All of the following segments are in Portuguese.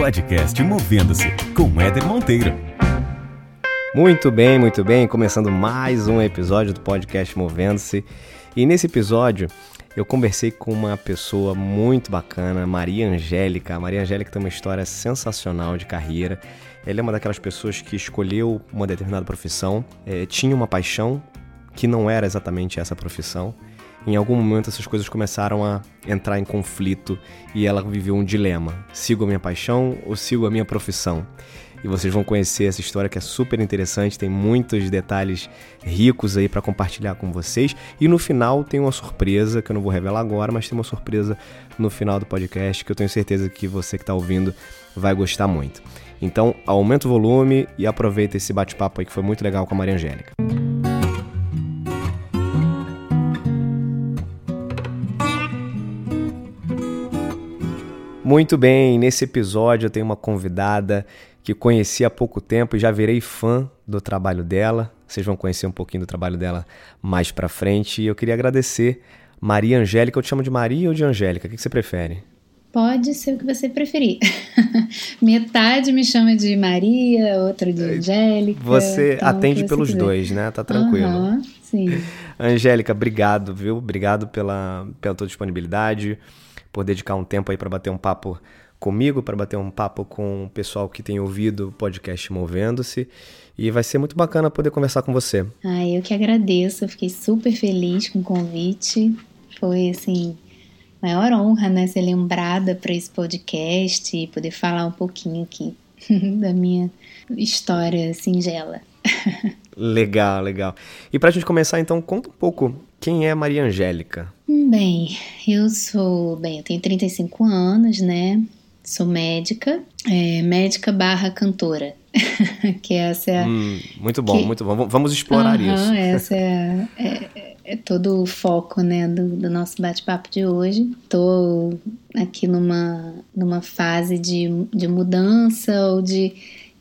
Podcast Movendo-se, com Éder Monteiro. Muito bem, começando mais um episódio do podcast Movendo-se. E nesse episódio eu conversei com uma pessoa muito bacana, Maria Angélica. A Maria Angélica tem uma história sensacional de carreira. Ela é uma daquelas pessoas que escolheu uma determinada profissão, tinha uma paixão que não era exatamente essa profissão. Em algum momento essas coisas começaram a entrar em conflito e ela viveu um dilema. Sigo a minha paixão ou sigo a minha profissão? E vocês vão conhecer essa história que é super interessante, tem muitos detalhes ricos aí para compartilhar com vocês. E no final tem uma surpresa, que eu não vou revelar agora, mas tem uma surpresa no final do podcast que eu tenho certeza que você que está ouvindo vai gostar muito. Então aumenta o volume e aproveita esse bate-papo aí que foi muito legal com a Maria Angélica. Muito bem, nesse episódio eu tenho uma convidada que conheci há pouco tempo e já virei fã do trabalho dela. Vocês vão conhecer um pouquinho do trabalho dela mais pra frente. E eu queria agradecer Maria Angélica. Eu te chamo de Maria ou de Angélica? O que você prefere? Pode ser o que você preferir. Metade me chama de Maria, outra de Angélica. Você então, atende você pelos quiser. Dois, né? Tá tranquilo. Sim. Angélica, obrigado, viu? Obrigado pela tua disponibilidade, por dedicar um tempo aí para bater um papo comigo, para bater um papo com o pessoal que tem ouvido o podcast Movendo-se. E vai ser muito bacana poder conversar com você. Eu que agradeço. Eu fiquei super feliz com o convite. Foi, assim, maior honra, né, ser lembrada para esse podcast e poder falar um pouquinho aqui da minha história singela. Legal. E pra gente começar, então, conta um pouco quem é Maria Angélica. Bem, eu tenho 35 anos, né? Sou médica, médica / cantora, que essa é a... Muito bom. Vamos explorar isso. Essa é todo o foco, né, do nosso bate-papo de hoje. Tô aqui numa fase de mudança ou de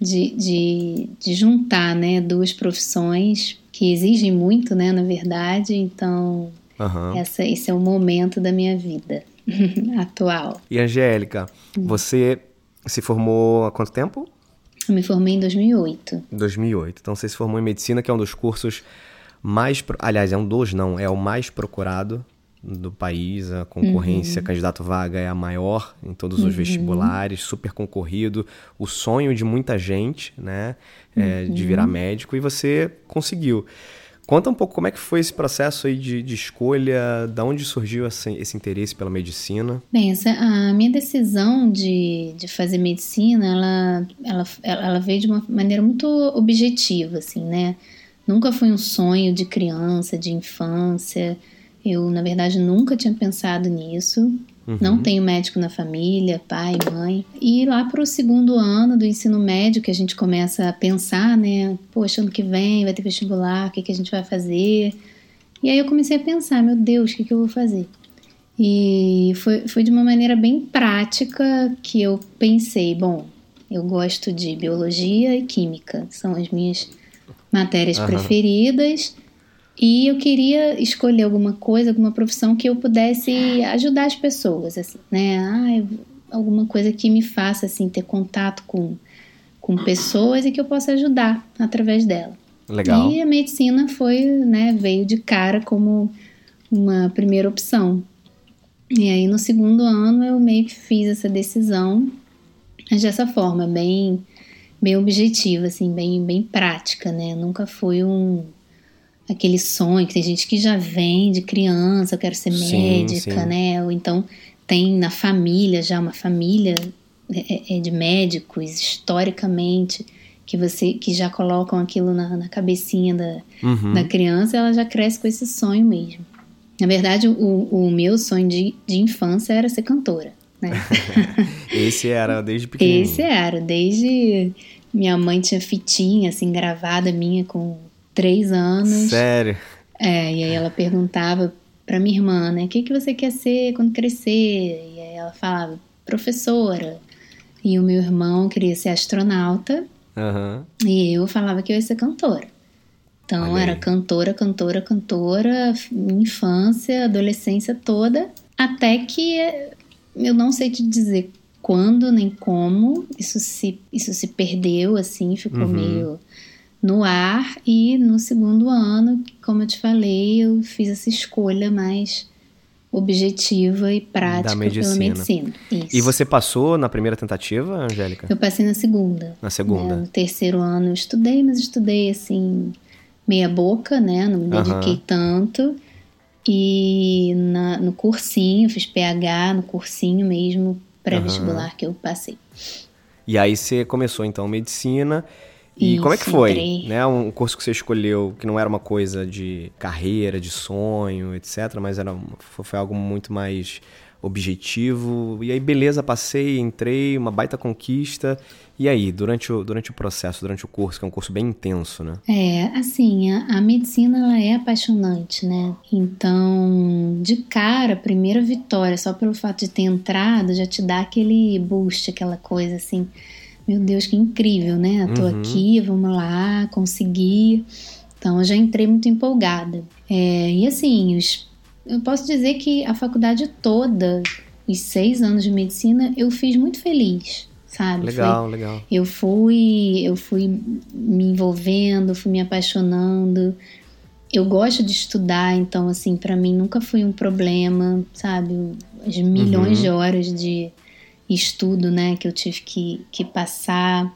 juntar, né, duas profissões que exigem muito, né, na verdade. Então, esse é o momento da minha vida atual. E Angélica, você se formou há quanto tempo? Eu me formei em 2008. 2008. Então você se formou em medicina, que é um dos cursos mais... Aliás, é o mais procurado do país. A concorrência, candidato vaga é a maior em todos os vestibulares, super concorrido. O sonho de muita gente, né, de virar médico, e você conseguiu. Conta um pouco como é que foi esse processo aí de escolha, da onde surgiu esse interesse pela medicina? Bem, a minha decisão de fazer medicina, ela veio de uma maneira muito objetiva, assim, né? Nunca foi um sonho de criança, de infância. Eu, na verdade, nunca tinha pensado nisso. Não tenho médico na família, pai, mãe. E lá para o segundo ano do ensino médio que a gente começa a pensar, né? Poxa, ano que vem vai ter vestibular, o que a gente vai fazer? E aí eu comecei a pensar, meu Deus, o que eu vou fazer? E foi de uma maneira bem prática que eu pensei, bom, eu gosto de biologia e química, são as minhas matérias preferidas. E eu queria escolher alguma profissão que eu pudesse ajudar as pessoas, assim, né? Alguma coisa que me faça, assim, ter contato com pessoas e que eu possa ajudar através dela. Legal. E a medicina veio de cara como uma primeira opção. E aí, no segundo ano, eu meio que fiz essa decisão, mas dessa forma, bem objetiva, assim, bem prática, né? Nunca foi aquele sonho que tem gente que já vem de criança, eu quero ser médica, né? Ou então tem na família já uma família de médicos, historicamente, que já colocam aquilo na cabecinha da criança, ela já cresce com esse sonho mesmo. Na verdade, o meu sonho de infância era ser cantora, né? Esse era desde pequenininho. Esse era, desde... Minha mãe tinha fitinha, assim, gravada minha com 3 anos. Sério? E aí ela perguntava pra minha irmã, né? O que você quer ser quando crescer? E aí ela falava, professora. E o meu irmão queria ser astronauta. E eu falava que eu ia ser cantora. Então era cantora, infância, adolescência toda. Até que eu não sei te dizer quando nem como. Isso se perdeu, assim, ficou meio no ar. E no segundo ano, como eu te falei, eu fiz essa escolha mais objetiva e prática pela medicina. Isso. E você passou na primeira tentativa, Angélica? Eu passei na segunda. Na segunda. No terceiro ano eu estudei, mas estudei assim, meia boca, né? Não me dediquei tanto. E no cursinho, fiz PH no cursinho mesmo, pré-vestibular que eu passei. E aí você começou então medicina. E Isso, como é que foi? entrei. Né? Um curso que você escolheu que não era uma coisa de carreira, de sonho, etc. Mas foi algo muito mais objetivo. E aí, beleza, passei, entrei, uma baita conquista. E aí, durante o processo, durante o curso, que é um curso bem intenso, né? Assim, a medicina, ela é apaixonante, né? Então, de cara, a primeira vitória, só pelo fato de ter entrado, já te dá aquele boost, aquela coisa assim... Meu Deus, que incrível, né? Tô aqui, vamos lá, consegui. Então, eu já entrei muito empolgada. E assim, eu posso dizer que a faculdade toda, os 6 anos de medicina, eu fiz muito feliz, sabe? Legal. Eu fui me envolvendo, fui me apaixonando. Eu gosto de estudar, então, assim, pra mim nunca foi um problema, sabe? As milhões de horas de estudo, né, que eu tive que passar.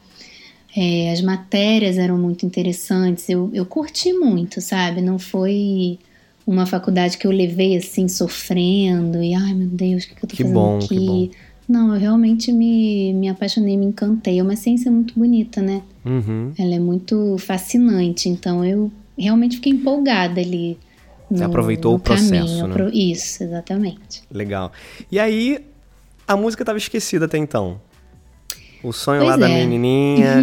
As matérias eram muito interessantes, eu curti muito, sabe? Não foi uma faculdade que eu levei assim, sofrendo, e ai meu Deus, o que eu tô fazendo aqui? Que bom. Não, eu realmente me apaixonei, me encantei. É uma ciência muito bonita, né? Ela é muito fascinante, então eu realmente fiquei empolgada ali. Você aproveitou o processo, né? Isso, exatamente. Legal. E aí, a música estava esquecida até então. O sonho lá da menininha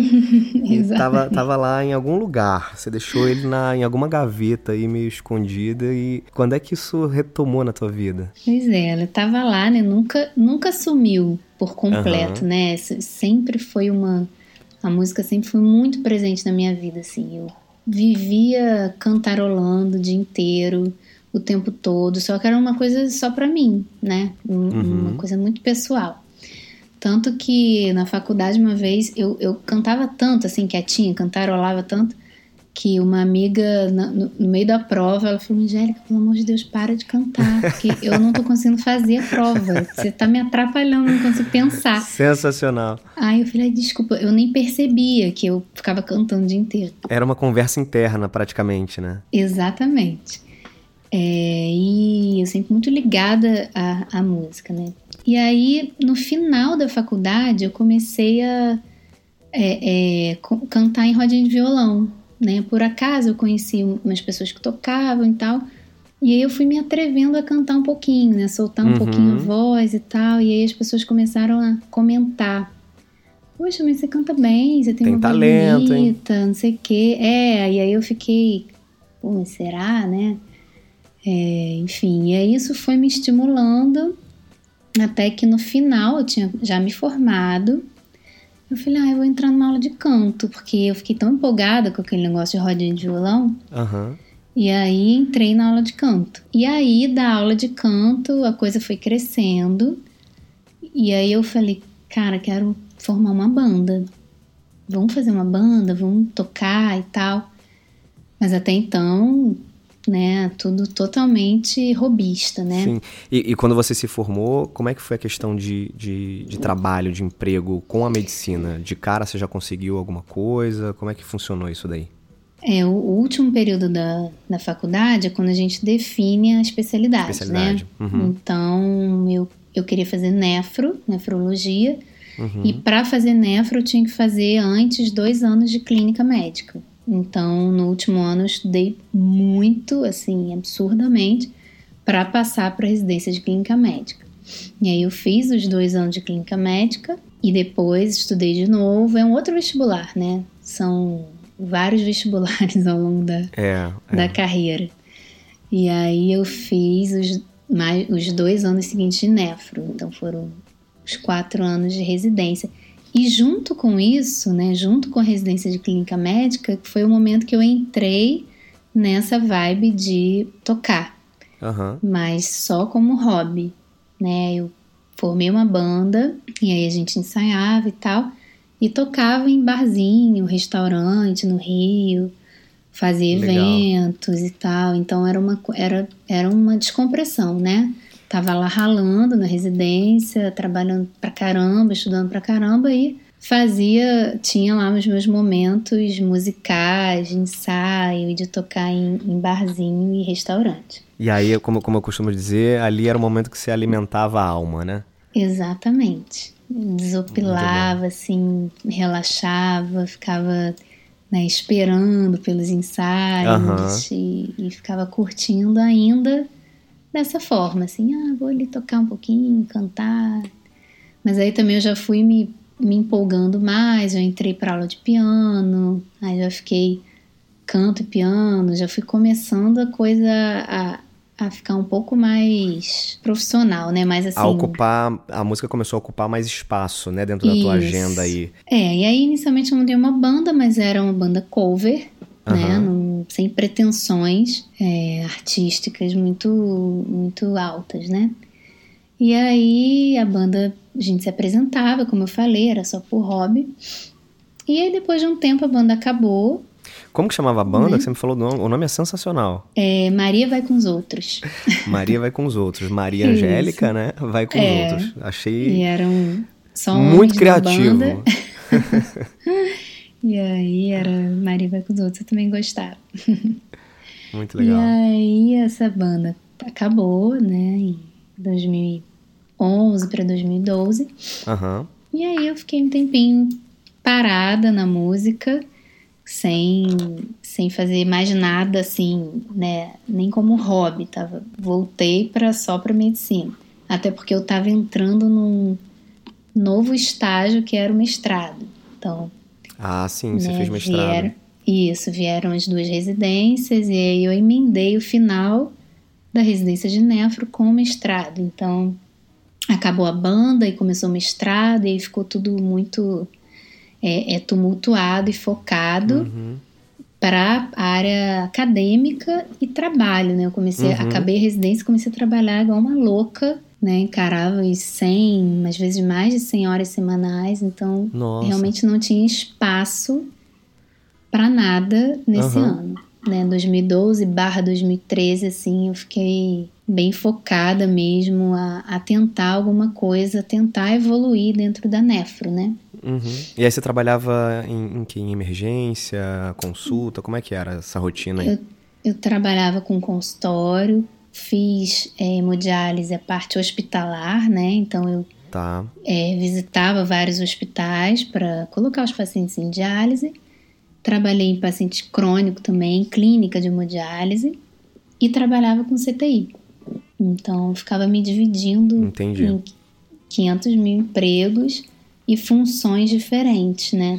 tava lá em algum lugar. Você deixou ele em alguma gaveta aí meio escondida. E quando é que isso retomou na tua vida? Pois é, ela tava lá, né? Nunca sumiu por completo, né? Sempre foi a música sempre foi muito presente na minha vida, assim. Eu vivia cantarolando o dia inteiro, o tempo todo, só que era uma coisa só pra mim, né? Uma coisa muito pessoal. Tanto que na faculdade uma vez eu cantava tanto, assim, quietinha, cantarolava tanto, que uma amiga no meio da prova, ela falou: Angélica, pelo amor de Deus, para de cantar, porque eu não tô conseguindo fazer a prova, você tá me atrapalhando, não consigo pensar. Sensacional. Aí eu falei: desculpa, eu nem percebia que eu ficava cantando o dia inteiro. Era uma conversa interna praticamente, né? Exatamente. E eu sempre muito ligada à música, né? E aí, no final da faculdade, eu comecei a cantar em rodinha de violão, né? Por acaso, eu conheci umas pessoas que tocavam e tal, e aí eu fui me atrevendo a cantar um pouquinho, né? Soltar um pouquinho a voz e tal, e aí as pessoas começaram a comentar: poxa, mas você canta bem, você tem uma voz talento, bonita, hein? Não sei o quê. E aí eu fiquei, pô, mas será, né? Enfim, e aí isso foi me estimulando, até que no final eu tinha já me formado. Eu falei: eu vou entrar numa aula de canto, porque eu fiquei tão empolgada com aquele negócio de rodinha de violão. E aí entrei na aula de canto. E aí da aula de canto a coisa foi crescendo. E aí eu falei: cara, quero formar uma banda. Vamos fazer uma banda, vamos tocar e tal. Mas até então, né, tudo totalmente robista, né? Sim. E quando você se formou, como é que foi a questão de trabalho, de emprego com a medicina? De cara você já conseguiu alguma coisa? Como é que funcionou isso daí? O último período da faculdade é quando a gente define a especialidade. Né? Então, eu queria fazer nefrologia, e para fazer nefro eu tinha que fazer antes 2 anos de clínica médica. Então, no último ano eu estudei muito, assim, absurdamente, para passar para residência de clínica médica. E aí eu fiz os 2 anos de clínica médica e depois estudei de novo. É um outro vestibular, né? São vários vestibulares ao longo da carreira. E aí eu fiz os 2 anos seguintes de nefro. Então foram os 4 anos de residência. E junto com isso, né, junto com a residência de clínica médica, foi o momento que eu entrei nessa vibe de tocar. Mas só como hobby, né? Eu formei uma banda, e aí a gente ensaiava e tal, e tocava em barzinho, restaurante no Rio, fazia Legal. eventos e tal. Então era uma descompressão, né? Tava lá ralando na residência, trabalhando pra caramba, estudando pra caramba, e tinha lá os meus momentos musicais, de ensaio e de tocar em barzinho e restaurante. E aí, como eu costumo dizer, ali era o momento que você alimentava a alma, né? Exatamente. Desopilava, assim, relaxava, ficava, né, esperando pelos ensaios e ficava curtindo ainda dessa forma, assim, vou ali tocar um pouquinho, cantar. Mas aí também eu já fui me empolgando mais, já entrei para aula de piano, aí já fiquei canto e piano, já fui começando a coisa a ficar um pouco mais profissional, né? Mais assim... A música começou a ocupar mais espaço, né? Dentro da tua agenda aí. E aí inicialmente eu montei uma banda, mas era uma banda cover, né? Sem pretensões artísticas muito, muito altas, né? E aí a gente se apresentava, como eu falei, era só por hobby. E aí depois de um tempo a banda acabou. Como que chamava a banda? Né? Que você me falou o nome é sensacional. Maria Vai Com Os Outros. Maria Vai Com Os Outros. Maria Angélica, né? Vai Com Os Outros. Achei e eram só muito criativo. Banda. E aí era Maria Vai Com Os Outros, eu também gostava. Muito legal. E aí essa banda acabou, né? Em 2011 para 2012. E aí eu fiquei um tempinho parada na música, sem fazer mais nada assim, né? Nem como hobby, voltei só para medicina. Até porque eu estava entrando num novo estágio que era o mestrado. Então, sim, você fez mestrado. Vieram as 2 residências e aí eu emendei o final da residência de nefro com o mestrado. Então, acabou a banda e começou o mestrado e aí ficou tudo muito tumultuado e focado para a área acadêmica e trabalho, né? Eu acabei a residência e comecei a trabalhar igual uma louca, né? Encarava os 100, às vezes mais de 100 horas semanais, então realmente não tinha espaço para nada nesse ano, né? 2012/2013, assim, eu fiquei bem focada mesmo a tentar alguma coisa, tentar evoluir dentro da nefro, né? E aí você trabalhava em emergência, consulta, como é que era essa rotina aí? Eu trabalhava com consultório, fiz hemodiálise, a parte hospitalar, né? Então eu visitava vários hospitais para colocar os pacientes em diálise. Trabalhei em paciente crônico também, clínica de hemodiálise, e trabalhava com CTI. Então, eu ficava me dividindo em 500 mil empregos e funções diferentes, né?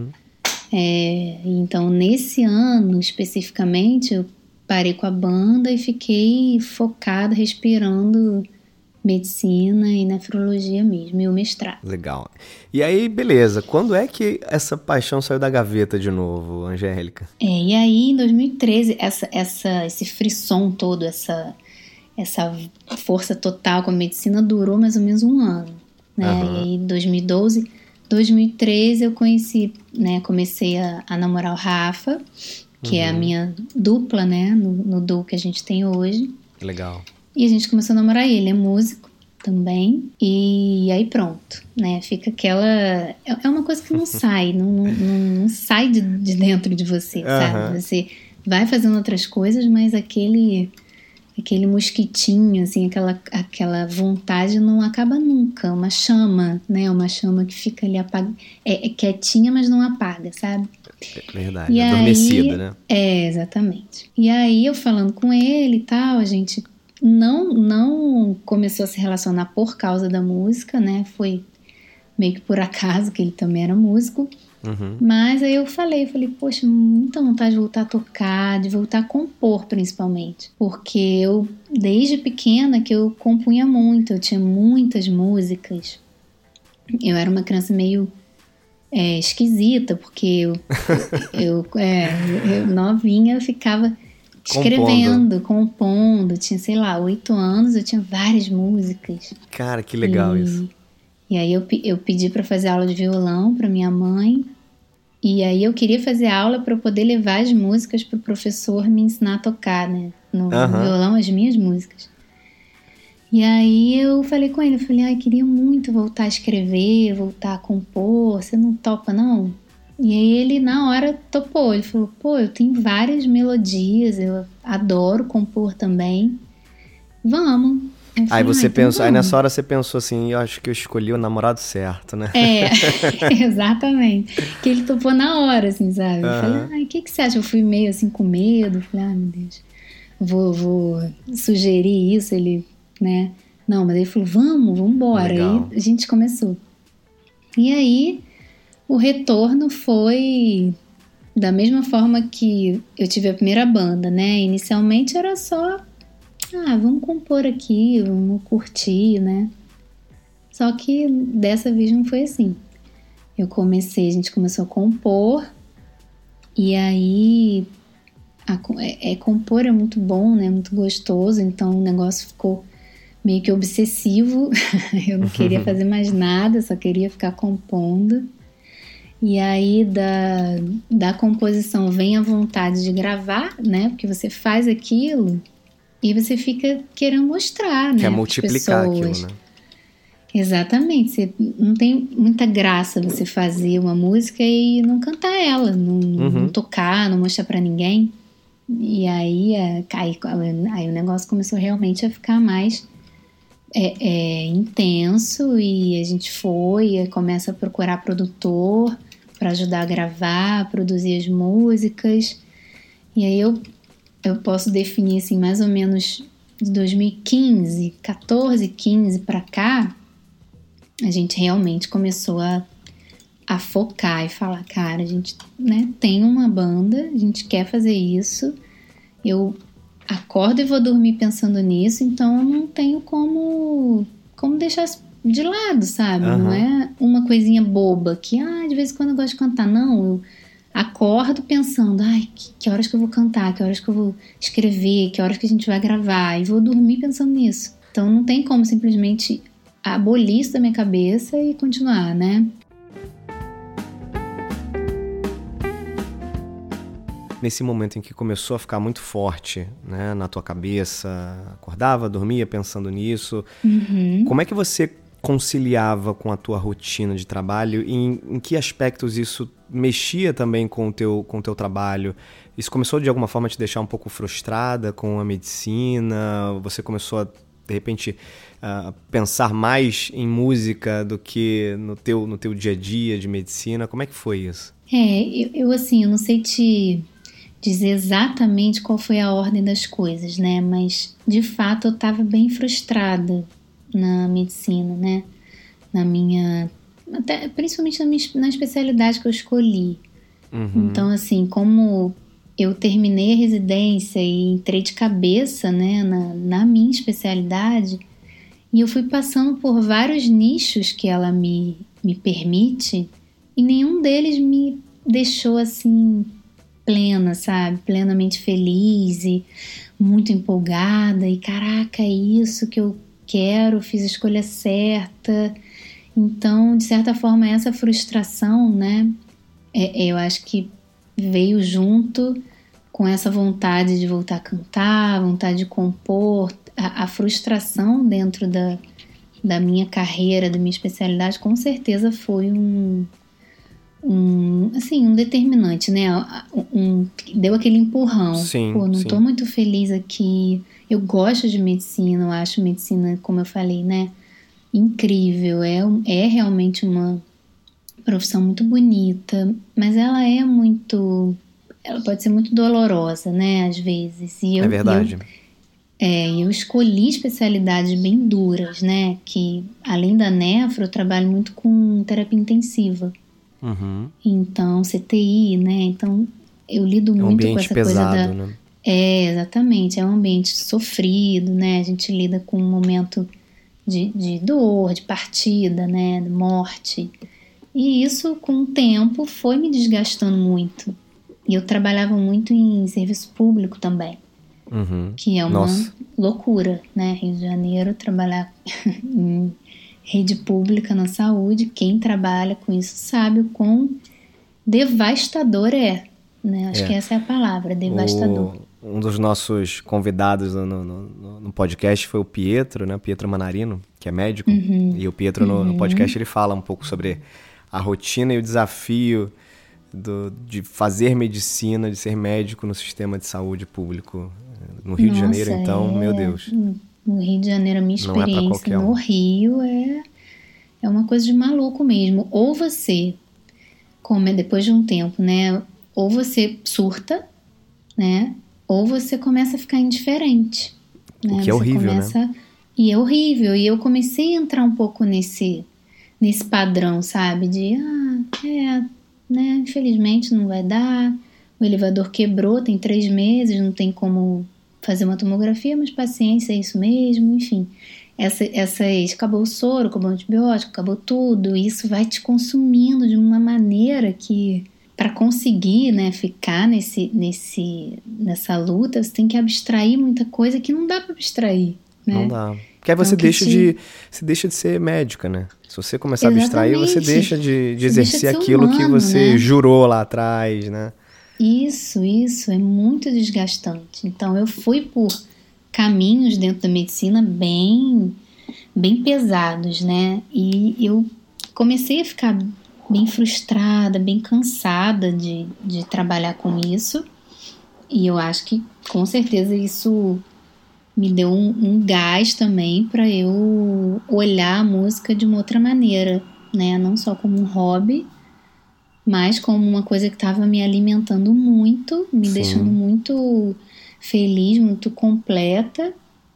Então, nesse ano, especificamente, eu parei com a banda e fiquei focada, respirando medicina e nefrologia mesmo, e o mestrado. Legal. E aí, beleza. Quando é que essa paixão saiu da gaveta de novo, Angélica? E aí, em 2013, esse frisson todo, essa força total com a medicina durou mais ou menos um ano, né? E aí, 2012, 2013 eu conheci, né? Comecei a namorar o Rafa, que é a minha dupla, né? No duo que a gente tem hoje. Legal. E a gente começou a namorar ele, é músico também, e aí pronto, né? Fica aquela... É uma coisa que não sai, não sai de dentro de você, sabe? Você vai fazendo outras coisas, mas aquele mosquitinho, assim, aquela vontade não acaba nunca. Uma chama, né? Uma chama que fica ali quietinha, mas não apaga, sabe? Verdade, e adormecida, né? Exatamente. E aí eu falando com ele e tal, a gente não começou a se relacionar por causa da música, né? Foi meio que por acaso, que ele também era músico. Mas aí eu falei, poxa, muita vontade de voltar a tocar, de voltar a compor principalmente. Porque eu, desde pequena, que eu compunha muito, eu tinha muitas músicas. Eu era uma criança meio esquisita, porque eu novinha, eu ficava escrevendo, compondo. Tinha, sei lá, 8 anos, eu tinha várias músicas. Cara, que legal isso. E aí eu pedi para fazer aula de violão para minha mãe. E aí eu queria fazer aula para poder levar as músicas para o professor me ensinar a tocar, né? No violão, as minhas músicas. E aí eu falei com ele, eu falei, queria muito voltar a escrever, voltar a compor, você não topa não? E aí ele na hora topou, ele falou, eu tenho várias melodias, eu adoro compor também, vamos. Aí você pensou, aí nessa hora você pensou assim, eu acho que eu escolhi o namorado certo, né? Exatamente. Que ele topou na hora, assim, sabe? Eu falei, o que você acha? Eu fui meio assim com medo, falei, meu Deus, vou sugerir isso, ele, né? Não, mas ele falou, vamos embora. Legal. Aí a gente começou. E aí o retorno foi da mesma forma que eu tive a primeira banda, né? Inicialmente era só vamos compor aqui, vamos curtir, né? Só que dessa vez não foi assim. A gente começou a compor, e aí compor é muito bom, né? Muito gostoso, então o negócio ficou meio que obsessivo. Eu não queria fazer mais nada, só queria ficar compondo. E aí da composição vem a vontade de gravar, né? Porque você faz aquilo e você fica querendo mostrar, né? Quer multiplicar aquilo, né? Exatamente. Não tem muita graça você fazer uma música e não cantar ela, não tocar, não mostrar pra ninguém. E aí o negócio começou realmente a ficar mais intenso, e a gente começa a procurar produtor para ajudar a gravar, a produzir as músicas. E aí eu posso definir assim, mais ou menos de 2015, 14, 15 para cá, a gente realmente começou a focar e falar, cara, a gente, né, tem uma banda, a gente quer fazer isso, eu acordo e vou dormir pensando nisso, então eu não tenho como deixar de lado, sabe? Não é uma coisinha boba que, de vez em quando eu gosto de cantar. Não, eu acordo pensando, que horas que eu vou cantar, que horas que eu vou escrever, que horas que a gente vai gravar, e vou dormir pensando nisso. Então não tem como simplesmente abolir isso da minha cabeça e continuar, né? Nesse momento em que começou a ficar muito forte, né, na tua cabeça, acordava, dormia pensando nisso, como é que você conciliava com a tua rotina de trabalho e em que aspectos isso mexia também com o teu trabalho? Isso começou de alguma forma a te deixar um pouco frustrada com a medicina? Você começou a, de repente, pensar mais em música do que no teu dia a dia de medicina? Como é que foi isso? Eu assim, eu não sei te dizer exatamente qual foi a ordem das coisas, né? Mas, de fato, eu estava bem frustrada na medicina, né? Até, principalmente na especialidade que eu escolhi. Então, assim, como eu terminei a residência e entrei de cabeça, né, na minha especialidade, e eu fui passando por vários nichos que ela me permite, e nenhum deles me deixou, assim, plena, sabe? Plenamente feliz e muito empolgada, e caraca, é isso que eu quero, fiz a escolha certa. Então, de certa forma, essa frustração, né, eu acho que veio junto com essa vontade de voltar a cantar, vontade de compor, a frustração dentro da minha carreira, da minha especialidade, com certeza foi um determinante, né? Deu aquele empurrão. Sim, não tô muito feliz aqui. Eu gosto de medicina, eu acho medicina, como eu falei, né, incrível. É realmente uma profissão muito bonita, mas ela pode ser muito dolorosa, né, às vezes. É verdade. Eu escolhi especialidades bem duras, né, que além da nefro, eu trabalho muito com terapia intensiva. Então, CTI, né? Então, eu lido muito com essa pesado, coisa né? Exatamente. É um ambiente sofrido, né? A gente lida com um momento de dor, de partida, né? De morte. E isso, com o tempo, foi me desgastando muito. E eu trabalhava muito em serviço público também. que é uma Nossa. loucura, né? Rio de Janeiro, trabalhar em rede pública na saúde, quem trabalha com isso sabe o quão devastador é, né? Acho que essa é a palavra, devastador. Um dos nossos convidados no podcast foi o Pietro, né? Pietro Manarino, que é médico. E o Pietro no podcast ele fala um pouco sobre a rotina e o desafio de fazer medicina, de ser médico no sistema de saúde público no Rio de Janeiro. Então, meu Deus. No Rio de Janeiro, a minha experiência no Rio é uma coisa de maluco mesmo. Ou você, depois de um tempo, né? Ou você surta, né? Ou você começa a ficar indiferente. Né? O que é horrível, né? E é horrível. E eu comecei a entrar um pouco nesse padrão, sabe? De, né? Infelizmente não vai dar. O elevador quebrou, tem 3 meses, não tem como fazer uma tomografia, mas paciência, é isso mesmo, enfim. Acabou o soro, acabou o antibiótico, acabou tudo. E isso vai te consumindo de uma maneira que, para conseguir, né, ficar nessa luta, você tem que abstrair muita coisa que não dá para abstrair, né? Não dá. Porque aí você deixa de ser médica, né? Se você começar a abstrair, você deixa de exercer aquilo humano, que você, né, jurou lá atrás, né? Isso, é muito desgastante. Então eu fui por caminhos dentro da medicina bem pesados, né? E eu comecei a ficar bem frustrada, bem cansada de trabalhar com isso. E eu acho que, com certeza, isso me deu um gás também para eu olhar a música de uma outra maneira, né? Não só como um hobby, mas como uma coisa que estava me alimentando muito, me deixando muito feliz, muito completa,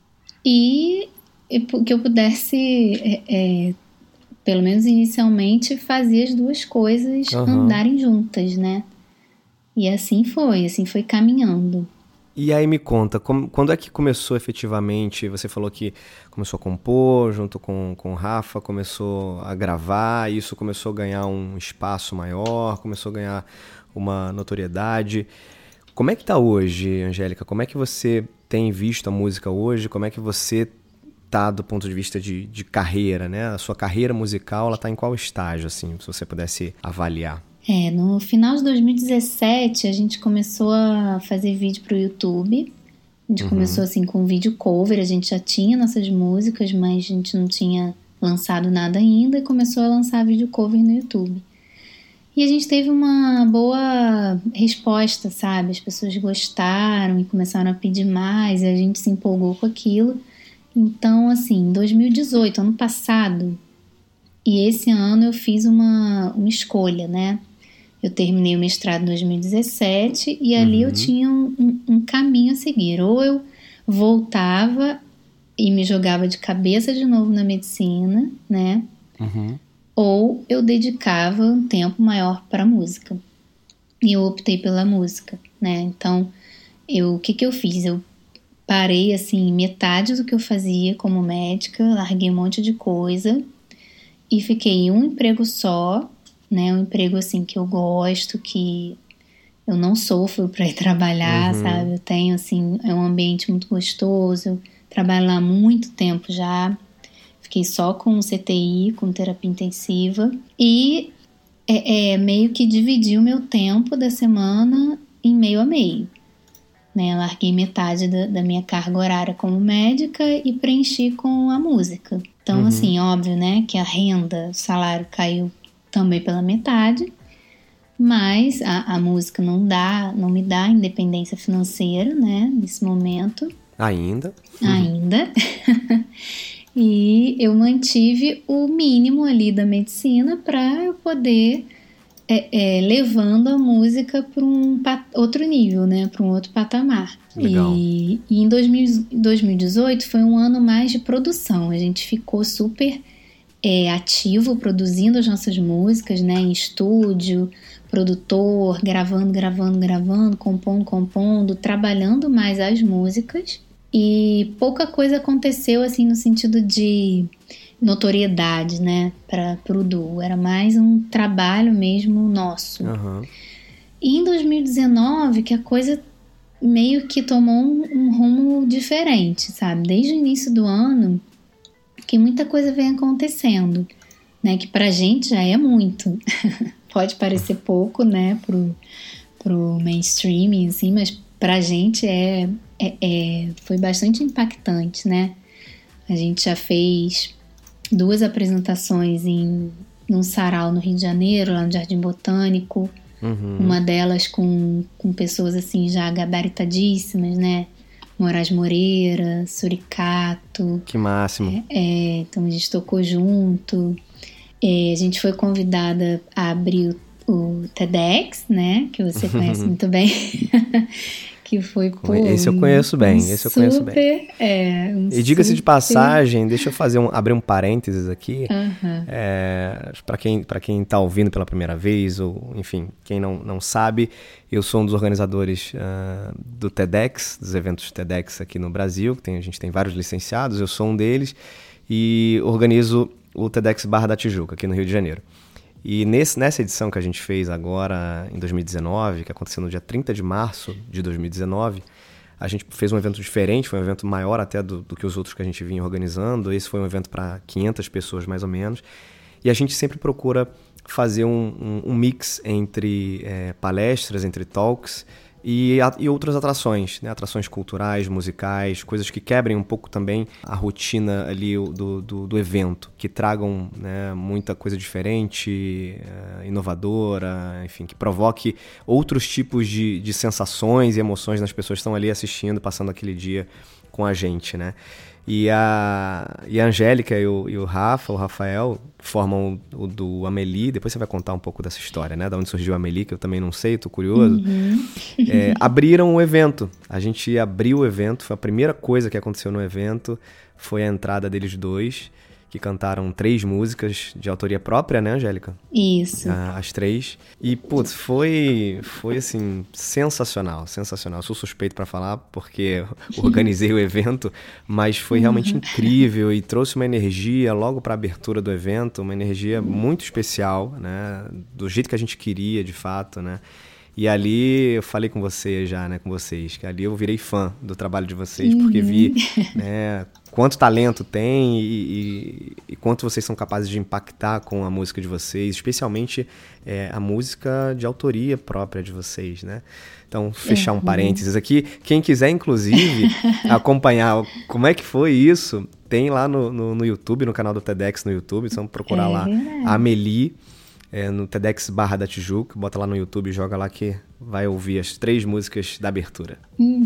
e que eu pudesse, pelo menos inicialmente, fazer as duas coisas andarem juntas, né? E assim foi caminhando. E aí me conta, quando é que começou efetivamente? Você falou que começou a compor junto com o Rafa, começou a gravar, isso começou a ganhar um espaço maior, começou a ganhar uma notoriedade. Como é que tá hoje, Angélica? Como é que você tem visto a música hoje? Como é que você tá do ponto de vista de carreira, né? A sua carreira musical, ela tá em qual estágio, assim, se você pudesse avaliar? No final de 2017, a gente começou a fazer vídeo pro YouTube. A gente começou assim com vídeo cover, a gente já tinha nossas músicas, mas a gente não tinha lançado nada ainda, e começou a lançar vídeo cover no YouTube. E a gente teve uma boa resposta, sabe? As pessoas gostaram e começaram a pedir mais, e a gente se empolgou com aquilo. Então, assim, em 2018, ano passado, e esse ano eu fiz uma escolha, né? Eu terminei o mestrado em 2017 e ali eu tinha um caminho a seguir. Ou eu voltava e me jogava de cabeça de novo na medicina, né? Ou eu dedicava um tempo maior para a música. E eu optei pela música, né? Então, o que eu fiz? Eu parei, assim, metade do que eu fazia como médica, larguei um monte de coisa e fiquei em um emprego só, né? Um emprego, assim, que eu gosto, que eu não sofro para ir trabalhar, sabe? Eu tenho, assim, é um ambiente muito gostoso, eu trabalho lá há muito tempo já. Fiquei só com CTI, com terapia intensiva, e meio que dividi o meu tempo da semana em meio a meio, né? Larguei metade da minha carga horária como médica e preenchi com a música. Então, assim, óbvio, né, que a renda, o salário caiu também pela metade, mas a música não me dá independência financeira, né, nesse momento. Ainda. E eu mantive o mínimo ali da medicina para eu poder levando a música para um outro nível, né, para um outro patamar. Legal. E em 2018 foi um ano mais de produção. A gente ficou super ativo produzindo as nossas músicas, né, em estúdio, produtor, gravando, compondo, trabalhando mais as músicas. E pouca coisa aconteceu assim no sentido de notoriedade, né, para o duo. Era mais um trabalho mesmo nosso. E em 2019 que a coisa meio que tomou um rumo diferente, sabe? Desde o início do ano, que muita coisa vem acontecendo, né? Que pra gente já é muito. Pode parecer pouco, né? Pro mainstream, assim, mas pra gente foi bastante impactante, né? A gente já fez 2 apresentações num sarau no Rio de Janeiro, lá no Jardim Botânico. Uma delas com pessoas assim já gabaritadíssimas, né? Moraes Moreira, Suricato. Que máximo. Então a gente tocou junto. A gente foi convidada a abrir o TEDx, né? Que você conhece muito bem. Que foi, esse eu conheço bem, E diga-se de passagem, deixa eu abrir um parênteses aqui. Para quem está ouvindo pela primeira vez, ou enfim, quem não sabe, eu sou um dos organizadores do TEDx, dos eventos TEDx aqui no Brasil. A gente tem vários licenciados, eu sou um deles, e organizo o TEDx Barra da Tijuca, aqui no Rio de Janeiro. E nessa edição que a gente fez agora, em 2019, que aconteceu no dia 30 de março de 2019, a gente fez um evento diferente, foi um evento maior até do que os outros que a gente vinha organizando. Esse foi um evento para 500 pessoas, mais ou menos. E a gente sempre procura fazer um mix entre palestras, entre talks e outras atrações, né? Atrações culturais, musicais, coisas que quebrem um pouco também a rotina ali do evento, que tragam, né, muita coisa diferente, inovadora, enfim, que provoque outros tipos de sensações e emoções nas pessoas que estão ali assistindo, passando aquele dia com a gente, né? E a Angélica e o Rafael, formam o do Amélie. Depois você vai contar um pouco dessa história, né? Da onde surgiu a Amélie, que eu também não sei, tô curioso. Abriram o evento. A gente abriu o evento, foi a primeira coisa que aconteceu no evento, foi a entrada deles 2, que cantaram 3 músicas de autoria própria, né, Angélica? Isso. As 3. E, putz, foi assim, sensacional. Eu sou suspeito para falar, porque organizei o evento, mas foi realmente incrível e trouxe uma energia logo para a abertura do evento, uma energia muito especial, né? Do jeito que a gente queria, de fato, né? E ali eu falei com você já, né, com vocês, que ali eu virei fã do trabalho de vocês, porque vi, né, quanto talento tem e quanto vocês são capazes de impactar com a música de vocês, especialmente a música de autoria própria de vocês, né? Então, fechar um parênteses aqui. Quem quiser, inclusive, acompanhar como é que foi isso, tem lá no YouTube, no canal do TEDx no YouTube, só procurar lá a Amélie, no TEDx Barra da Tijuca, bota lá no YouTube, joga lá que vai ouvir as 3 músicas da abertura.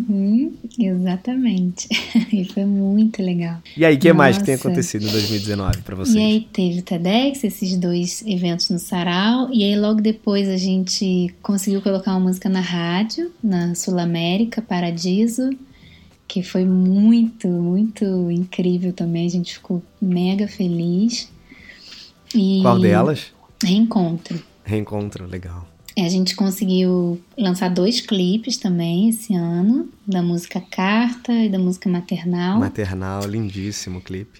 Exatamente. E foi muito legal. E aí, o que mais que tem acontecido em 2019 para vocês? E aí teve o TEDx, esses 2 eventos no Sarau, e aí logo depois a gente conseguiu colocar uma música na rádio, na Sul América, Paradiso, que foi muito, muito incrível também, a gente ficou mega feliz. Qual delas? Reencontro, legal. A gente conseguiu lançar 2 clipes também esse ano, da música Carta e da música Maternal. Maternal, lindíssimo clipe.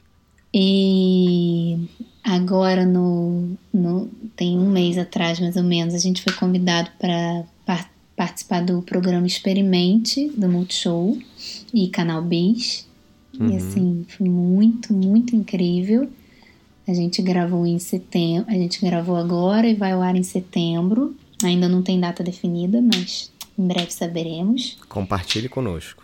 E agora, tem um mês atrás, mais ou menos, a gente foi convidado para participar do programa Experimente, do Multishow e Canal Bis. E assim, foi muito, muito incrível. A gente gravou em setembro, a gente gravou agora e vai ao ar em setembro. Ainda não tem data definida, mas em breve saberemos. Compartilhe conosco.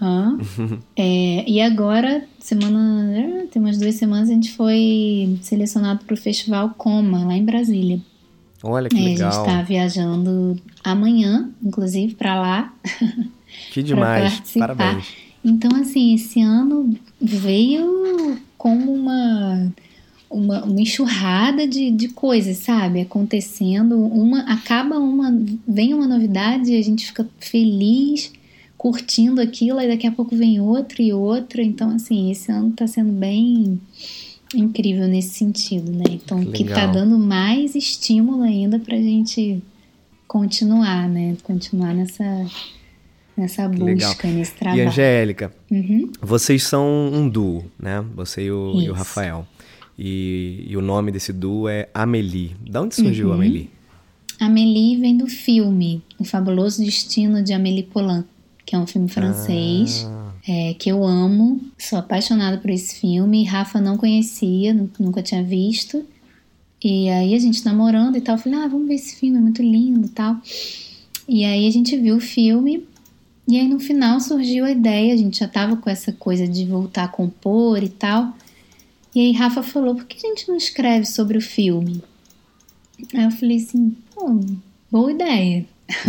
E agora, tem umas 2 semanas, a gente foi selecionado para o Festival Coma, lá em Brasília. Olha que legal. A gente está viajando amanhã, inclusive, para lá. Que demais, parabéns. Então, assim, esse ano veio como uma enxurrada de coisas, sabe? Acontecendo, vem uma novidade e a gente fica feliz, curtindo aquilo, e daqui a pouco vem outra e outra. Então, assim, esse ano tá sendo bem incrível nesse sentido, né? Então, que tá dando mais estímulo ainda pra gente continuar, né? Continuar nessa busca, nesse trabalho. E Angélica, vocês são um duo, né? Você e o Rafael. E o nome desse duo é Amélie. De onde surgiu Amélie? Amélie vem do filme O Fabuloso Destino de Amélie Poulain, que é um filme francês, que eu amo, sou apaixonada por esse filme. Rafa não conhecia, nunca tinha visto. E aí a gente namorando e tal, eu falei, vamos ver esse filme, é muito lindo e tal. E aí a gente viu o filme, e aí no final surgiu a ideia, a gente já tava com essa coisa de voltar a compor e tal. E aí Rafa falou, por que a gente não escreve sobre o filme? Aí eu falei assim, boa ideia.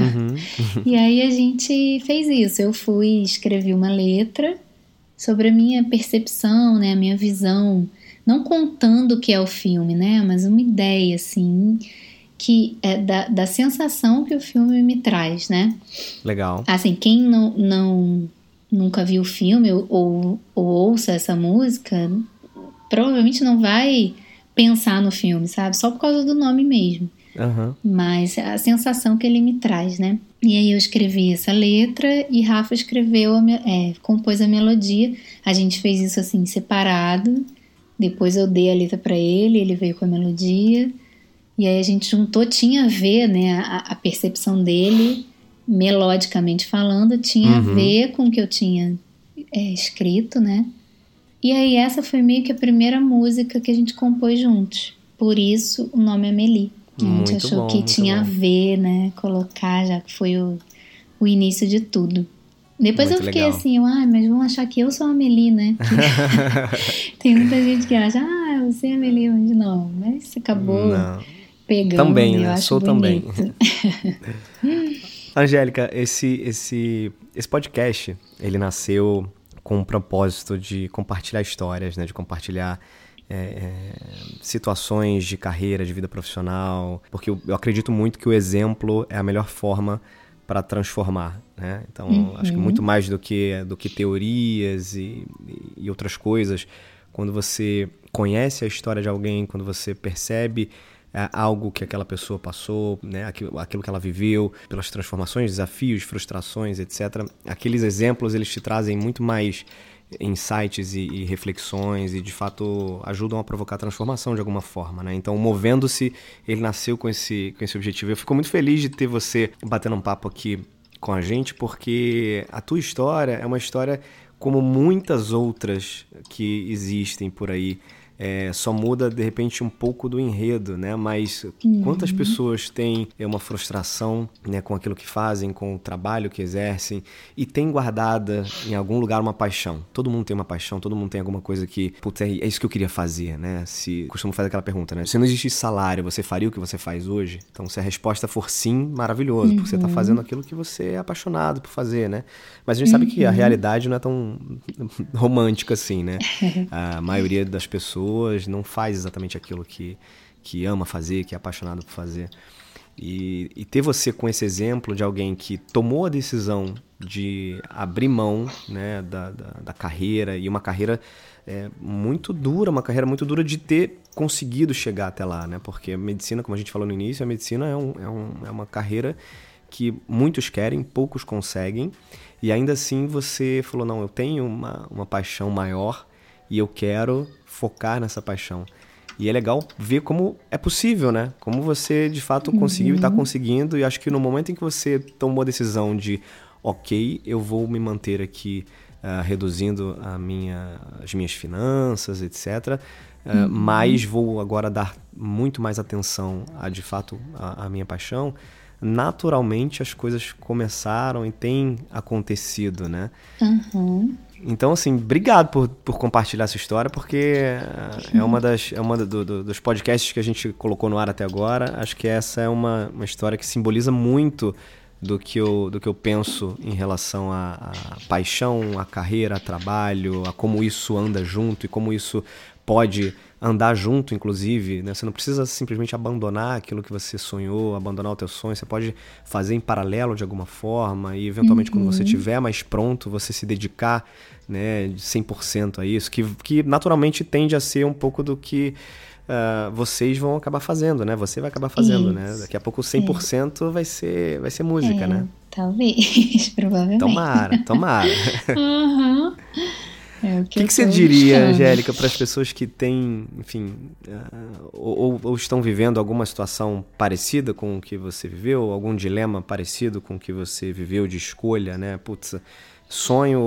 E aí a gente fez isso, eu escrevi uma letra sobre a minha percepção, né, a minha visão, não contando o que é o filme, né, mas uma ideia, assim, que é da sensação que o filme me traz, né. Legal. Assim, quem nunca viu o filme ou ouça essa música, provavelmente não vai pensar no filme, sabe, só por causa do nome mesmo. Mas a sensação que ele me traz, né? E aí eu escrevi essa letra e Rafa compôs a melodia. A gente fez isso assim, separado. Depois eu dei a letra pra ele veio com a melodia. E aí a gente juntou, tinha a ver, né? A percepção dele, melodicamente falando, tinha a ver com o que eu tinha escrito, né? E aí essa foi meio que a primeira música que a gente compôs juntos. Por isso o nome Amélie. A gente achou que tinha a ver, né? Colocar, já que foi o início de tudo. Depois muito eu fiquei legal. Assim, mas vão achar que eu sou a Amélie, né? Tem muita gente que acha, você é a Amélie, mas não. Mas você acabou pegando. Também, né? Eu acho sou bonito. Também. Angélica, esse podcast, ele nasceu com o propósito de compartilhar histórias, né? De compartilhar situações de carreira, de vida profissional, porque eu acredito muito que o exemplo é a melhor forma para transformar, né? Então, acho que muito mais do que teorias e outras coisas, quando você conhece a história de alguém, quando você percebe algo que aquela pessoa passou, né? Aquilo que ela viveu, pelas transformações, desafios, frustrações, etc. Aqueles exemplos, eles te trazem muito mais insights e reflexões e de fato ajudam a provocar transformação de alguma forma, né? Então, Movendo-se, ele nasceu com esse objetivo. Eu fico muito feliz de ter você batendo um papo aqui com a gente, porque a tua história é uma história como muitas outras que existem por aí. Só muda, de repente, um pouco do enredo, né? Mas quantas pessoas têm uma frustração, né, com aquilo que fazem, com o trabalho que exercem e têm guardada em algum lugar uma paixão? Todo mundo tem uma paixão, todo mundo tem alguma coisa que, putz, é isso que eu queria fazer, né? Costumo fazer aquela pergunta, né? Se não existisse salário, você faria o que você faz hoje? Então, se a resposta for sim, maravilhoso, porque você está fazendo aquilo que você é apaixonado por fazer, né? Mas a gente sabe que a realidade não é tão romântica assim, né? A maioria das pessoas não faz exatamente aquilo que ama fazer, que é apaixonado por fazer. E ter você com esse exemplo de alguém que tomou a decisão de abrir mão, né, da carreira, e uma carreira muito dura, uma carreira muito dura de ter conseguido chegar até lá, né? Porque a medicina, como a gente falou no início, a medicina é uma carreira que muitos querem, poucos conseguem, e ainda assim você falou, não, eu tenho uma paixão maior e eu quero focar nessa paixão. E é legal ver como é possível, né? Como você, de fato, conseguiu e está conseguindo. E acho que no momento em que você tomou a decisão de, ok, eu vou me manter aqui reduzindo as minhas finanças, etc., mas vou agora dar muito mais atenção de fato, a minha paixão, naturalmente as coisas começaram e têm acontecido, né? Então, assim, obrigado por compartilhar essa história, porque é uma dos podcasts que a gente colocou no ar até agora. Acho que essa é uma história que simboliza muito do que eu penso em relação à paixão, à carreira, a trabalho, a como isso anda junto e como isso pode andar junto, inclusive, né? Você não precisa simplesmente abandonar aquilo que você sonhou, abandonar o teu sonho. Você pode fazer em paralelo de alguma forma e, eventualmente, quando você estiver mais pronto, você se dedicar, né, de 100% a isso, que naturalmente tende a ser um pouco do que vocês vão acabar fazendo, né? Você vai acabar fazendo, isso, né? Daqui a pouco 100% vai ser música, né? Talvez, provavelmente. Tomara. É o que você diria, Angélica, para as pessoas que têm, enfim, ou estão vivendo alguma situação parecida com o que você viveu, algum dilema parecido com o que você viveu de escolha, né? Putz, sonho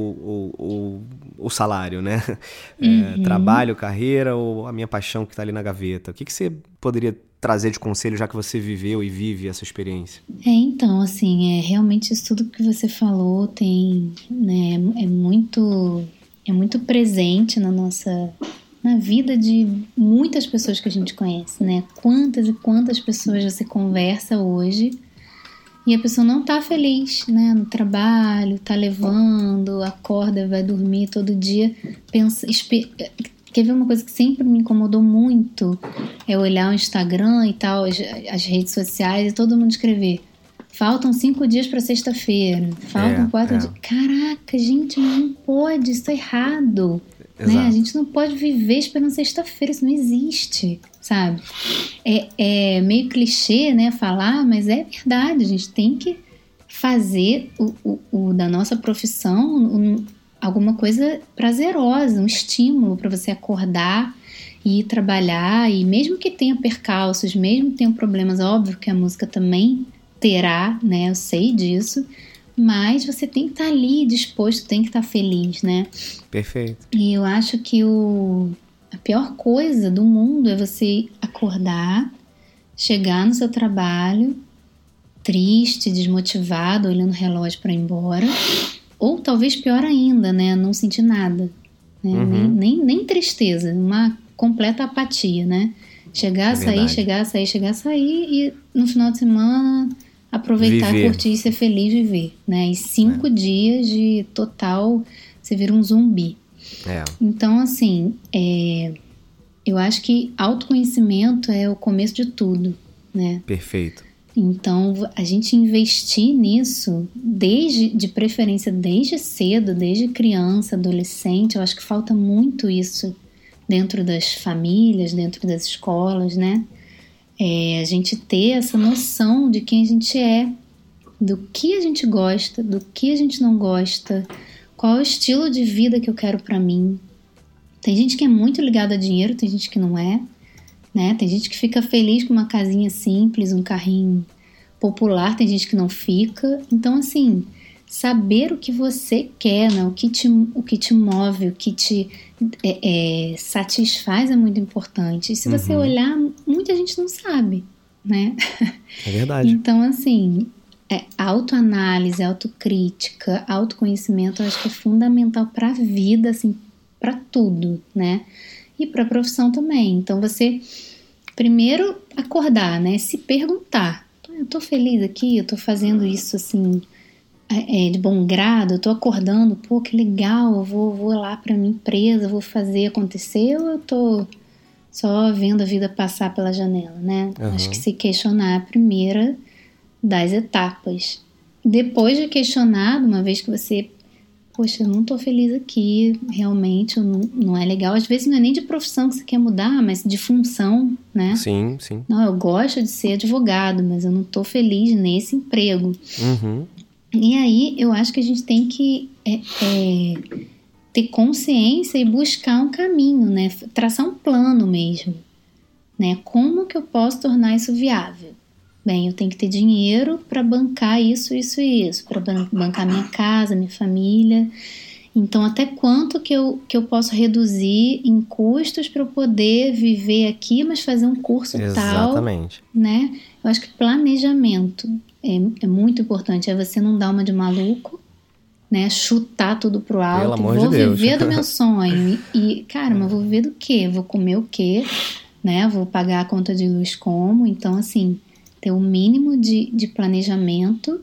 ou salário, né? Trabalho, carreira ou a minha paixão que está ali na gaveta. O que você poderia trazer de conselho, já que você viveu e vive essa experiência? Então, assim, realmente isso tudo que você falou tem, né, é muito presente na vida de muitas pessoas que a gente conhece, né? Quantas e quantas pessoas você conversa hoje e a pessoa não tá feliz, né? No trabalho, tá levando, acorda, vai dormir todo dia, Quer ver uma coisa que sempre me incomodou muito? É olhar o Instagram e tal, as redes sociais, e todo mundo escrever: faltam 5 dias para sexta-feira, faltam 4 dias. Caraca, gente, não pode, isso é errado. Né? A gente não pode viver esperando sexta-feira, isso não existe, sabe? É meio clichê, né, falar, mas é verdade. A gente tem que fazer da nossa profissão alguma coisa prazerosa, um estímulo para você acordar e ir trabalhar. E mesmo que tenha percalços, mesmo que tenha problemas, óbvio que a música também terá, né? Eu sei disso, mas você tem que estar ali disposto, tem que estar feliz, né? Perfeito. E eu acho que a pior coisa do mundo é você acordar, chegar no seu trabalho triste, desmotivado, olhando o relógio para ir embora, ou talvez pior ainda, né? Não sentir nada, né? Nem tristeza, uma completa apatia, né? Chegar, sair, e no final de semana aproveitar, curtir, ser feliz, viver, né? E 5 dias de total, você vira um zumbi. Então, assim, eu acho que autoconhecimento é o começo de tudo, né? Perfeito. Então, a gente investir nisso, de preferência desde cedo, desde criança, adolescente, eu acho que falta muito isso dentro das famílias, dentro das escolas, né? A gente ter essa noção de quem a gente é, do que a gente gosta, do que a gente não gosta, qual é o estilo de vida que eu quero pra mim. Tem gente que é muito ligada a dinheiro, tem gente que não é, né? Tem gente que fica feliz com uma casinha simples, um carrinho popular, tem gente que não fica. Então, assim, saber o que você quer, né? o que te move, o que te satisfaz é muito importante. E se você olhar, muita gente não sabe, né? É verdade. Então, assim, autoanálise, autocrítica, autoconhecimento, eu acho que é fundamental para a vida, assim, para tudo, né? E para a profissão também. Então, você primeiro acordar, né? Se perguntar: eu tô feliz aqui, eu tô fazendo isso assim de bom grado, eu tô acordando, pô, que legal, eu vou lá pra minha empresa, vou fazer acontecer, ou eu tô só vendo a vida passar pela janela, né? Acho que se questionar é a primeira das etapas. Depois de questionado, uma vez que você, poxa, eu não tô feliz aqui, realmente não é legal. Às vezes não é nem de profissão que você quer mudar, mas de função, né? Sim, sim. Não, eu gosto de ser advogado, mas eu não tô feliz nesse emprego. E aí eu acho que a gente tem que ter consciência e buscar um caminho, né? Traçar um plano mesmo, né? Como que eu posso tornar isso viável? Bem, eu tenho que ter dinheiro para bancar isso, para bancar minha casa, minha família. Então, até quanto que eu posso reduzir em custos para eu poder viver aqui, mas fazer um curso Exatamente. tal, né? Eu acho que planejamento é muito importante. É você não dar uma de maluco, né? Chutar tudo pro alto. Pelo amor de Deus. Vou viver do meu sonho. Cara, mas vou viver do quê? Vou comer o quê? Né? Vou pagar a conta de luz como? Então, assim, ter o mínimo de planejamento,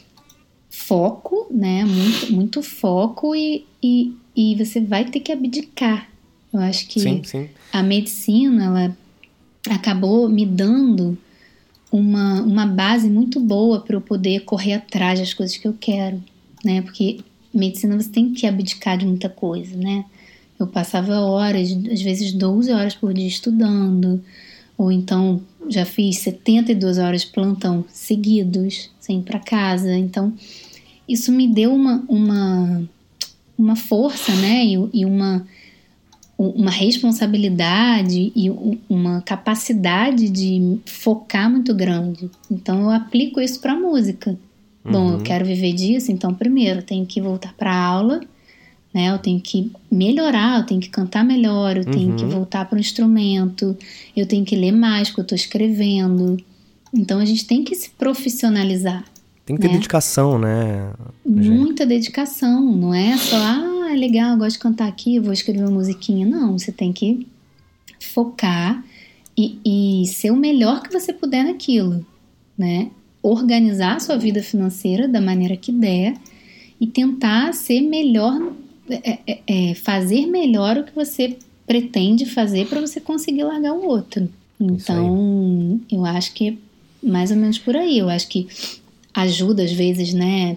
foco, né? Muito, muito foco e você vai ter que abdicar. Eu acho que sim. A medicina, ela acabou me dando uma base muito boa para eu poder correr atrás das coisas que eu quero, né? Porque medicina você tem que abdicar de muita coisa, né? Eu passava horas, às vezes 12 horas por dia estudando, ou então já fiz 72 horas de plantão seguidos, sem ir para casa. Então, isso me deu uma uma força, né? E uma responsabilidade e uma capacidade de focar muito grande. Então eu aplico isso para a música. Bom, eu quero viver disso, então primeiro eu tenho que voltar para a aula, né? Eu tenho que melhorar, eu tenho que cantar melhor, eu tenho que voltar para o instrumento, eu tenho que ler mais porque eu estou escrevendo. Então a gente tem que se profissionalizar. Tem que ter dedicação, né? Muita dedicação, não é só, é legal, eu gosto de cantar aqui, eu vou escrever uma musiquinha. Não, você tem que focar e ser o melhor que você puder naquilo, né? Organizar a sua vida financeira da maneira que der e tentar ser melhor, fazer melhor o que você pretende fazer para você conseguir largar o outro. Então, eu acho que é mais ou menos por aí. Eu acho que ajuda, às vezes, né,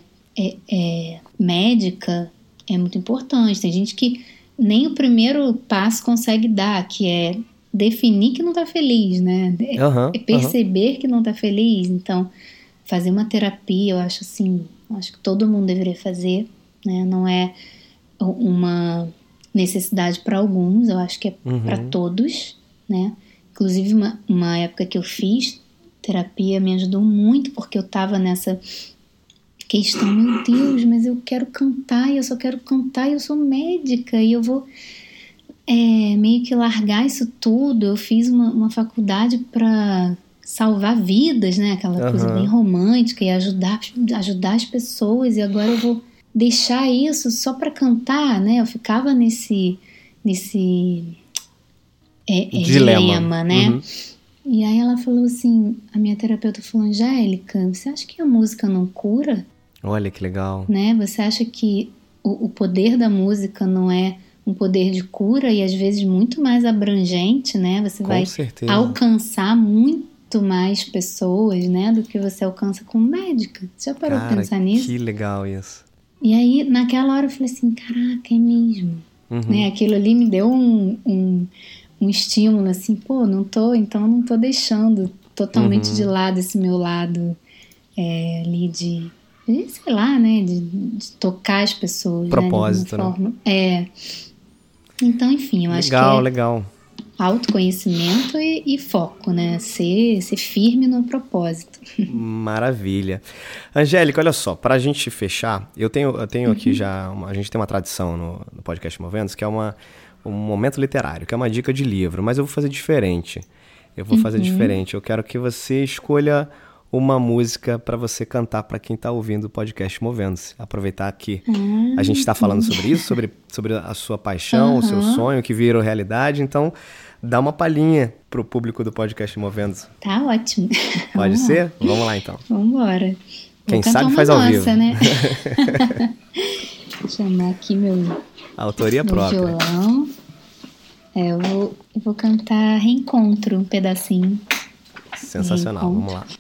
médica é muito importante. Tem gente que nem o primeiro passo consegue dar, que é definir que não está feliz, né? Perceber que não está feliz. Então, fazer uma terapia, eu acho assim, acho que todo mundo deveria fazer, né? Não é uma necessidade para alguns, eu acho que é para todos, né? Inclusive, uma época que eu fiz terapia me ajudou muito, porque eu estava nessa questão, meu Deus, mas eu quero cantar, e eu só quero cantar, e eu sou médica, e eu vou meio que largar isso tudo. Eu fiz uma faculdade para salvar vidas, né? Aquela coisa bem romântica, e ajudar as pessoas, e agora eu vou deixar isso só para cantar, né? Eu ficava nesse dilema, né? E aí ela falou assim, a minha terapeuta falou, Angélica, você acha que a música não cura? Olha que legal. Né? Você acha que o poder da música não é um poder de cura e às vezes muito mais abrangente, né? Você vai alcançar muito mais pessoas, né? Do que você alcança como médica. Você já parou pra pensar nisso? Que legal isso. E aí, naquela hora eu falei assim, caraca, é mesmo. Né? Aquilo ali me deu um estímulo, assim, não tô deixando totalmente de lado esse meu lado ali de sei lá, né, de tocar as pessoas. Propósito, né? Forma. Então, enfim, eu acho que legal. Autoconhecimento e foco, né, ser firme no propósito. Maravilha. Angélica, olha só, pra gente fechar, eu tenho aqui já, a gente tem uma tradição no podcast Movendo-se, que é um momento literário, que é uma dica de livro, mas eu vou fazer diferente. Eu quero que você escolha uma música para você cantar para quem está ouvindo o podcast Movendo-se. Aproveitar que a gente está falando sobre isso, sobre a sua paixão, o seu sonho que virou realidade. Então, dá uma palhinha pro público do podcast Movendo-se. Tá ótimo. Pode ser? Vamos lá, então. Vamos embora. Quem sabe faz ao vivo. Né? Vou chamar aqui meu autoria própria. Violão. Eu vou cantar Reencontro, um pedacinho. Sensacional, Vamos lá.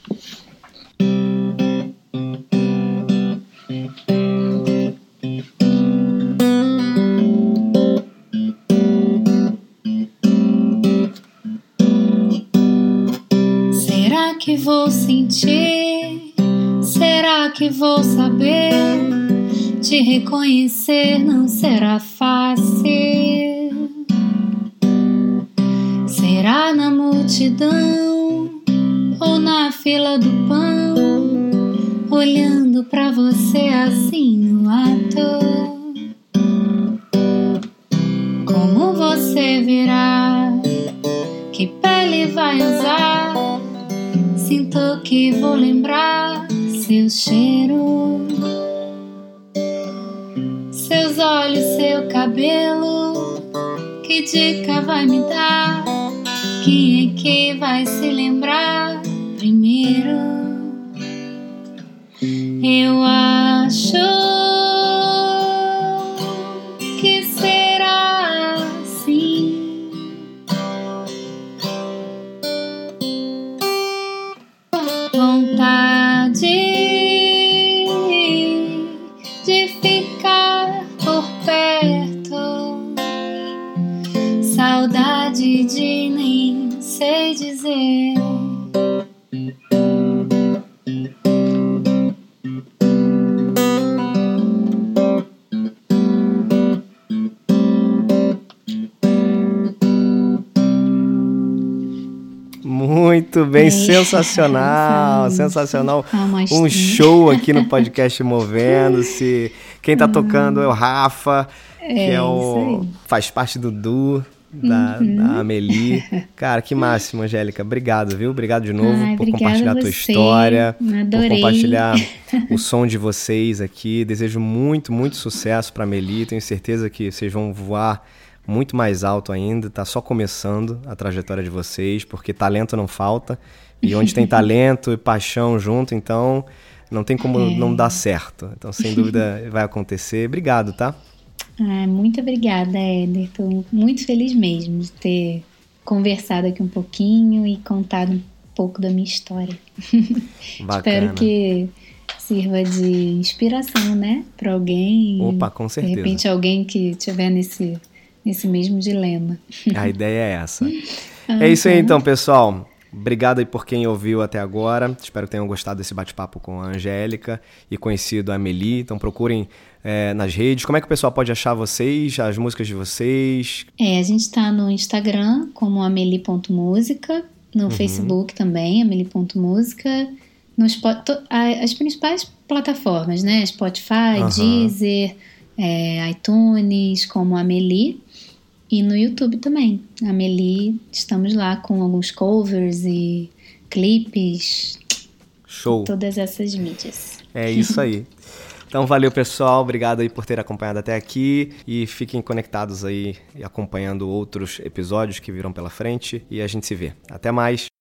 Será que vou sentir? Será que vou saber? Te reconhecer não será fácil. Será na multidão ou na fila do pão, olhando pra você assim no ato? Como você virá? Que pele vai usar? Sinto que vou lembrar seu cheiro, seus olhos, seu cabelo. Que dica vai me dar? Quem é que vai se lembrar primeiro? Eu acho que será assim. Vontade de ficar por perto, saudade de nem sei dizer. Muito bem, sensacional, sensacional. Um show aqui no podcast Movendo-se. Quem tá tocando é o Rafa, que faz parte do duo da Amelie. Cara, que máximo, Angélica. Obrigado, viu? Obrigado de novo por compartilhar a tua história, Adorei. por compartilhar o som de vocês aqui. Desejo muito, muito sucesso pra Amelie. Tenho certeza que vocês vão voar muito mais alto ainda. Tá só começando a trajetória de vocês, porque talento não falta. E onde tem talento e paixão junto, então não tem como não dar certo. Então, sem dúvida, vai acontecer. Obrigado, tá? Muito obrigada, Éder. Estou muito feliz mesmo de ter conversado aqui um pouquinho e contado um pouco da minha história. Bacana. Espero que sirva de inspiração, né, para alguém. Opa, com certeza. De repente alguém que estiver nesse mesmo dilema. A ideia é essa. É isso aí então, pessoal. Obrigado aí por quem ouviu até agora. Espero que tenham gostado desse bate-papo com a Angélica e conhecido a Amelie. Então procurem nas redes. Como é que o pessoal pode achar vocês, as músicas de vocês? A gente está no Instagram como amelie.música, no Facebook também, amelie.música, as principais plataformas, né? Spotify, Deezer, iTunes, como Amelie. E no YouTube também, Amelie, estamos lá com alguns covers e clipes. Show! Todas essas mídias. É isso aí. Então valeu, pessoal, obrigado aí por ter acompanhado até aqui e fiquem conectados aí e acompanhando outros episódios que virão pela frente e a gente se vê. Até mais!